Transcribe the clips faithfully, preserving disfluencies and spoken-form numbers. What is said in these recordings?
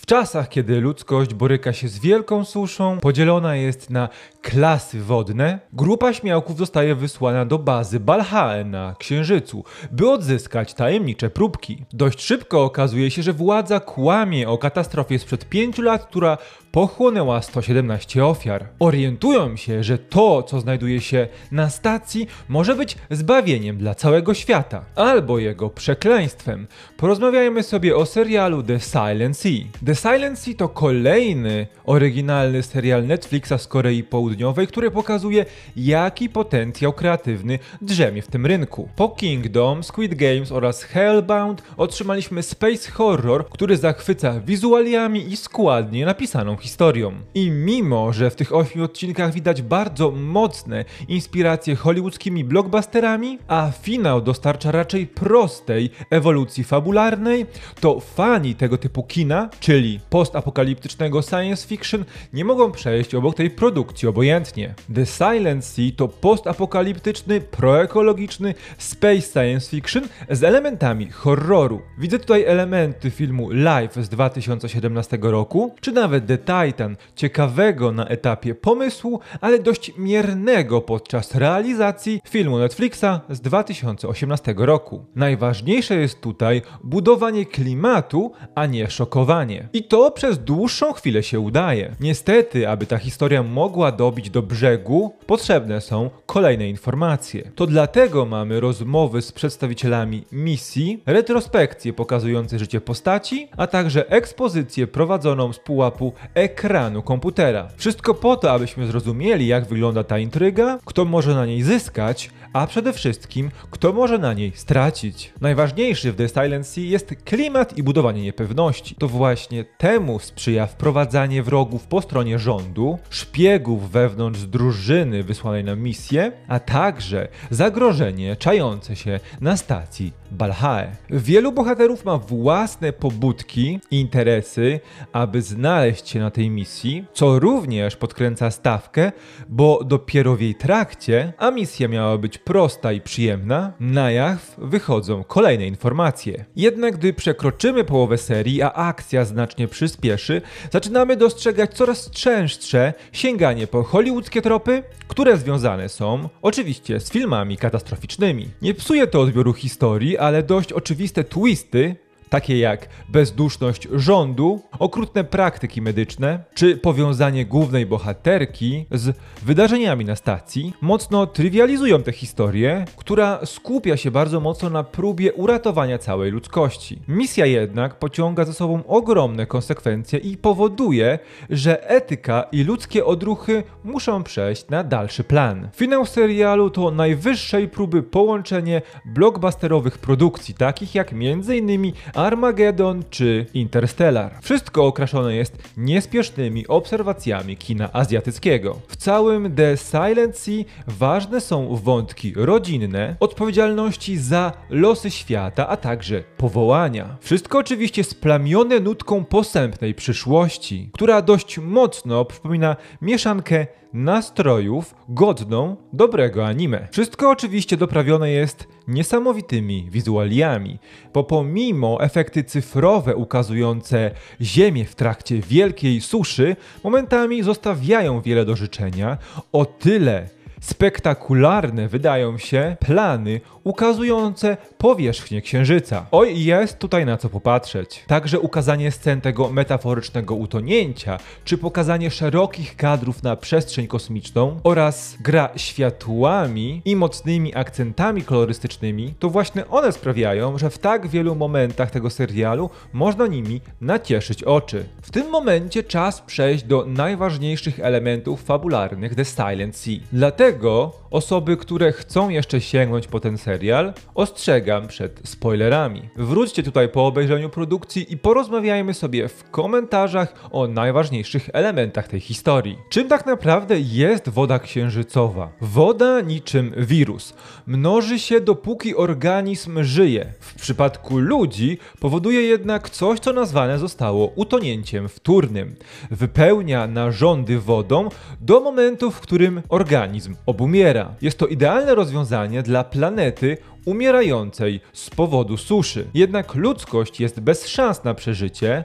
czasach, kiedy ludzkość boryka się z wielką suszą, podzielona jest na klasy wodne, grupa śmiałków zostaje wysłana do bazy Balhae na Księżycu, by odzyskać tajemnicze próbki. Dość szybko okazuje się, że władza kłamie o katastrofie sprzed pięciu lat, która pochłonęła sto siedemnaście ofiar. Orientują się, że to, co znajduje się na stacji, może być zbawieniem dla całego świata, albo jego przekleństwem. Porozmawiajmy sobie o serialu The Silent Sea. The Silent Sea to kolejny oryginalny serial Netflixa z Korei Południowej, który pokazuje, jaki potencjał kreatywny drzemie w tym rynku. Po Kingdom, Squid Games oraz Hellbound otrzymaliśmy space horror, który zachwyca wizualiami i składnie napisaną historią. I mimo, że w tych ośmiu odcinkach widać bardzo mocne inspiracje hollywoodzkimi blockbusterami, a finał dostarcza raczej prostej ewolucji fabularnej, to fani tego typu kina, czyli postapokaliptycznego science fiction, nie mogą przejść obok tej produkcji obojętnie. The Silent Sea to postapokaliptyczny, proekologiczny space science fiction z elementami horroru. Widzę tutaj elementy filmu Life z dwa tysiące siedemnastego roku, czy nawet The Titan, ciekawego na etapie pomysłu, ale dość miernego podczas realizacji filmu Netflixa z dwa tysiące osiemnastego roku. Najważniejsze jest tutaj budowanie klimatu, a nie szokowanie. I to przez dłuższą chwilę się udaje. Niestety, aby ta historia mogła dobić do brzegu, potrzebne są kolejne informacje. To dlatego mamy rozmowy z przedstawicielami misji, retrospekcje pokazujące życie postaci, a także ekspozycję prowadzoną z pułapu ekranu komputera. Wszystko po to, abyśmy zrozumieli, jak wygląda ta intryga, kto może na niej zyskać, a przede wszystkim, kto może na niej stracić. Najważniejszy w The Silent Sea jest klimat i budowanie niepewności. To właśnie temu sprzyja wprowadzanie wrogów po stronie rządu, szpiegów wewnątrz drużyny wysłanej na misję, a także zagrożenie czające się na stacji Balhae. Wielu bohaterów ma własne pobudki i interesy, aby znaleźć się na tej misji, co również podkręca stawkę, bo dopiero w jej trakcie, a misja miała być prosta i przyjemna, na jaw wychodzą kolejne informacje. Jednak gdy przekroczymy połowę serii, a akcja znacznie przyspieszy, zaczynamy dostrzegać coraz częstsze sięganie po hollywoodzkie tropy, które związane są oczywiście z filmami katastroficznymi. Nie psuje to odbioru historii, ale dość oczywiste twisty, takie jak bezduszność rządu, okrutne praktyki medyczne, czy powiązanie głównej bohaterki z wydarzeniami na stacji, mocno trywializują tę historię, która skupia się bardzo mocno na próbie uratowania całej ludzkości. Misja jednak pociąga za sobą ogromne konsekwencje i powoduje, że etyka i ludzkie odruchy muszą przejść na dalszy plan. Finał serialu to najwyższej próby połączenie blockbusterowych produkcji, takich jak między innymi Armageddon czy Interstellar. Wszystko okraszone jest niespiesznymi obserwacjami kina azjatyckiego. W całym The Silent Sea ważne są wątki rodzinne, odpowiedzialności za losy świata, a także powołania. Wszystko oczywiście splamione nutką posępnej przyszłości, która dość mocno przypomina mieszankę nastrojów godną dobrego anime. Wszystko oczywiście doprawione jest niesamowitymi wizualiami, bo pomimo efekty cyfrowe ukazujące Ziemię w trakcie wielkiej suszy, momentami zostawiają wiele do życzenia, o tyle spektakularne wydają się plany ukazujące powierzchnię Księżyca. Oj, jest tutaj na co popatrzeć. Także ukazanie scen tego metaforycznego utonięcia, czy pokazanie szerokich kadrów na przestrzeń kosmiczną oraz gra światłami i mocnymi akcentami kolorystycznymi, to właśnie one sprawiają, że w tak wielu momentach tego serialu można nimi nacieszyć oczy. W tym momencie czas przejść do najważniejszych elementów fabularnych The Silent Sea. Dlatego osoby, które chcą jeszcze sięgnąć po ten serial, ostrzegam przed spoilerami. Wróćcie tutaj po obejrzeniu produkcji i porozmawiajmy sobie w komentarzach o najważniejszych elementach tej historii. Czym tak naprawdę jest woda księżycowa? Woda niczym wirus. Mnoży się dopóki organizm żyje. W przypadku ludzi powoduje jednak coś, co nazwane zostało utonięciem wtórnym. Wypełnia narządy wodą do momentu, w którym organizm obumiera. Jest to idealne rozwiązanie dla planety umierającej z powodu suszy. Jednak ludzkość jest bez szans na przeżycie,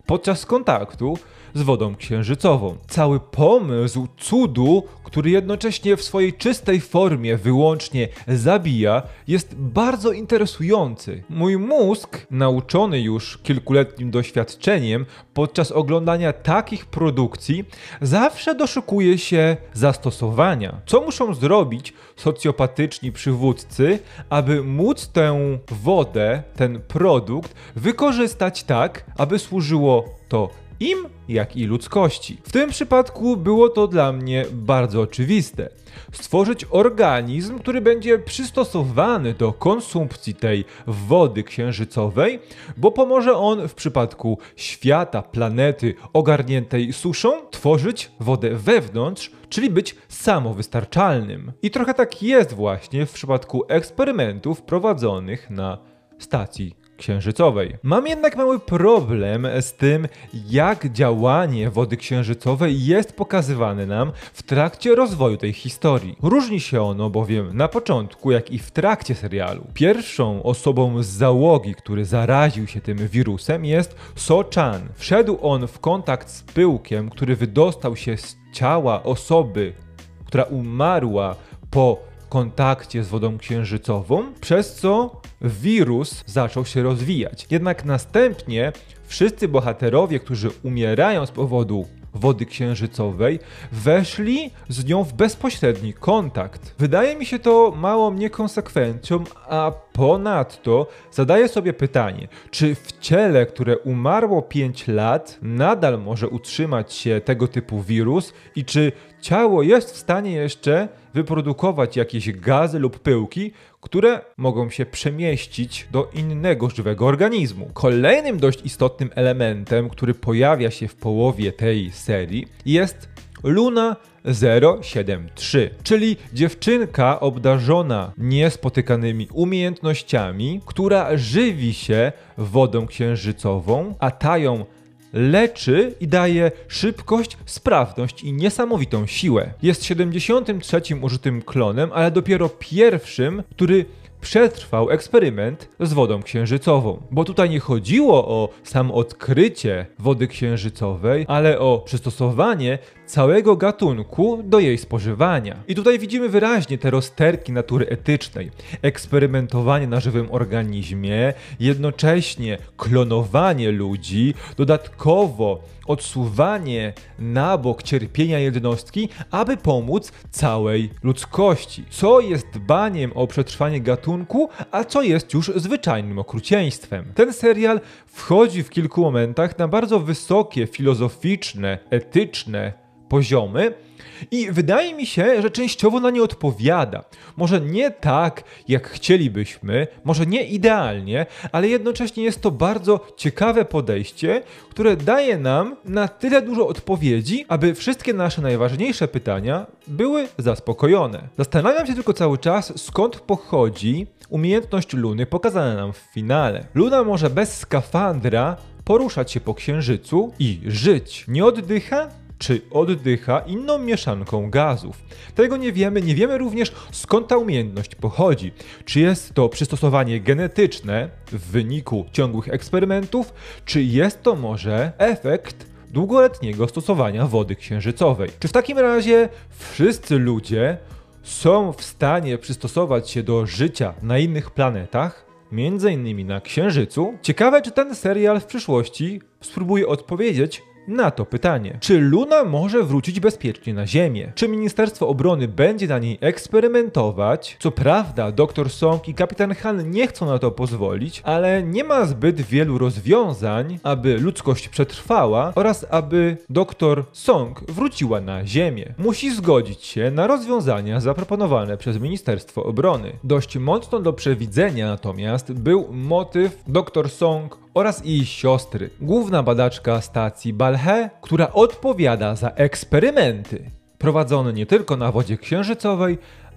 podczas kontaktu z wodą księżycową. Cały pomysł cudu, który jednocześnie w swojej czystej formie wyłącznie zabija, jest bardzo interesujący. Mój mózg, nauczony już kilkuletnim doświadczeniem podczas oglądania takich produkcji, zawsze doszukuje się zastosowania. Co muszą zrobić socjopatyczni przywódcy, aby móc tę wodę, ten produkt wykorzystać tak, aby służyło to im, jak i ludzkości. W tym przypadku było to dla mnie bardzo oczywiste. Stworzyć organizm, który będzie przystosowany do konsumpcji tej wody księżycowej, bo pomoże on w przypadku świata, planety ogarniętej suszą tworzyć wodę wewnątrz, czyli być samowystarczalnym. I trochę tak jest właśnie w przypadku eksperymentów prowadzonych na stacji księżycowej. Mam jednak mały problem z tym, jak działanie wody księżycowej jest pokazywane nam w trakcie rozwoju tej historii. Różni się ono bowiem na początku, jak i w trakcie serialu. Pierwszą osobą z załogi, który zaraził się tym wirusem, jest So-chan. Wszedł on w kontakt z pyłkiem, który wydostał się z ciała osoby, która umarła po kontakcie z wodą księżycową, przez co wirus zaczął się rozwijać. Jednak następnie wszyscy bohaterowie, którzy umierają z powodu wody księżycowej, weszli z nią w bezpośredni kontakt. Wydaje mi się to małą niekonsekwencją, a ponadto zadaję sobie pytanie, czy w ciele, które umarło pięć lat, nadal może utrzymać się tego typu wirus i czy ciało jest w stanie jeszcze wyprodukować jakieś gazy lub pyłki, które mogą się przemieścić do innego żywego organizmu. Kolejnym dość istotnym elementem, który pojawia się w połowie tej serii, jest Luna zero siedem trzy, czyli dziewczynka obdarzona niespotykanymi umiejętnościami, która żywi się wodą księżycową, a ta ją leczy i daje szybkość, sprawność i niesamowitą siłę. Jest siedemdziesiątym trzecim użytym klonem, ale dopiero pierwszym, który przetrwał eksperyment z wodą księżycową. Bo tutaj nie chodziło o samo odkrycie wody księżycowej, ale o przystosowanie całego gatunku do jej spożywania. I tutaj widzimy wyraźnie te rozterki natury etycznej. Eksperymentowanie na żywym organizmie, jednocześnie klonowanie ludzi, dodatkowo odsuwanie na bok cierpienia jednostki, aby pomóc całej ludzkości. Co jest dbaniem o przetrwanie gatunku, a co jest już zwyczajnym okrucieństwem. Ten serial wchodzi w kilku momentach na bardzo wysokie, filozoficzne, etyczne poziomy i wydaje mi się, że częściowo na nie odpowiada. Może nie tak, jak chcielibyśmy, może nie idealnie, ale jednocześnie jest to bardzo ciekawe podejście, które daje nam na tyle dużo odpowiedzi, aby wszystkie nasze najważniejsze pytania były zaspokojone. Zastanawiam się tylko cały czas, skąd pochodzi umiejętność Luny pokazana nam w finale. Luna może bez skafandra poruszać się po księżycu i żyć. Nie oddycha? Czy oddycha inną mieszanką gazów. Tego nie wiemy, nie wiemy również, skąd ta umiejętność pochodzi. Czy jest to przystosowanie genetyczne w wyniku ciągłych eksperymentów, czy jest to może efekt długoletniego stosowania wody księżycowej. Czy w takim razie wszyscy ludzie są w stanie przystosować się do życia na innych planetach, między innymi na Księżycu? Ciekawe, czy ten serial w przyszłości spróbuje odpowiedzieć na to pytanie. Czy Luna może wrócić bezpiecznie na Ziemię? Czy Ministerstwo Obrony będzie na niej eksperymentować? Co prawda doktor Song i kapitan Han nie chcą na to pozwolić, ale nie ma zbyt wielu rozwiązań, aby ludzkość przetrwała oraz aby doktor Song wróciła na Ziemię. Musi zgodzić się na rozwiązania zaproponowane przez Ministerstwo Obrony. Dość mocno do przewidzenia natomiast był motyw doktor Song oraz jej siostry. Główna badaczka stacji Balhe, która odpowiada za eksperymenty prowadzone nie tylko na wodzie księżycowej,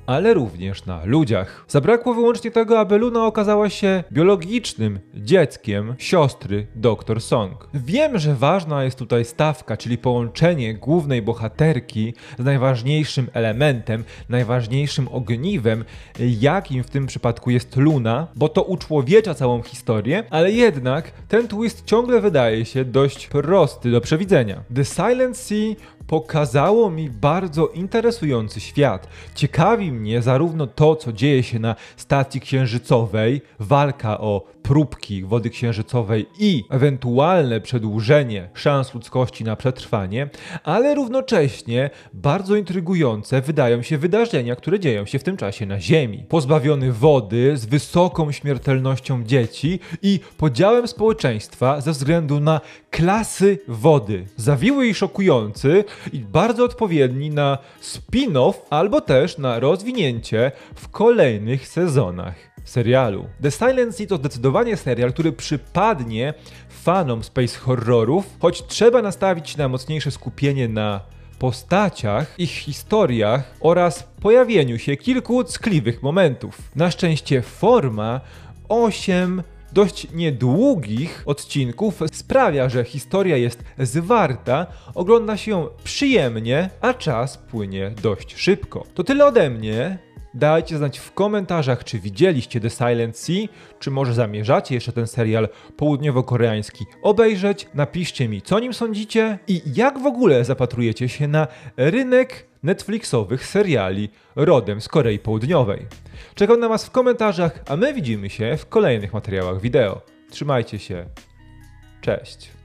ale również na ludziach. Zabrakło wyłącznie tego, aby Luna okazała się biologicznym dzieckiem siostry doktor Song. Wiem, że ważna jest tutaj stawka, czyli połączenie głównej bohaterki z najważniejszym elementem, najważniejszym ogniwem, jakim w tym przypadku jest Luna, bo to uczłowiecza całą historię, ale jednak ten twist ciągle wydaje się dość prosty do przewidzenia. The Silent Sea pokazało mi bardzo interesujący świat. Ciekawi mnie zarówno to, co dzieje się na stacji księżycowej, walka o próbki wody księżycowej i ewentualne przedłużenie szans ludzkości na przetrwanie, ale równocześnie bardzo intrygujące wydają się wydarzenia, które dzieją się w tym czasie na Ziemi. Pozbawiony wody, z wysoką śmiertelnością dzieci i podziałem społeczeństwa ze względu na klasy wody. Zawiły i szokujący i bardzo odpowiedni na spin-off albo też na rozwinięcie w kolejnych sezonach serialu. The Silent Sea to zdecydowanie serial, który przypadnie fanom space horrorów, choć trzeba nastawić się na mocniejsze skupienie na postaciach, ich historiach oraz pojawieniu się kilku ckliwych momentów. Na szczęście forma osiem dość niedługich odcinków sprawia, że historia jest zwarta, ogląda się ją przyjemnie, a czas płynie dość szybko. To tyle ode mnie. Dajcie znać w komentarzach, czy widzieliście The Silent Sea, czy może zamierzacie jeszcze ten serial południowo-koreański obejrzeć. Napiszcie mi, co o nim sądzicie i jak w ogóle zapatrujecie się na rynek Netflixowych seriali rodem z Korei Południowej. Czekam na was w komentarzach, a my widzimy się w kolejnych materiałach wideo. Trzymajcie się. Cześć.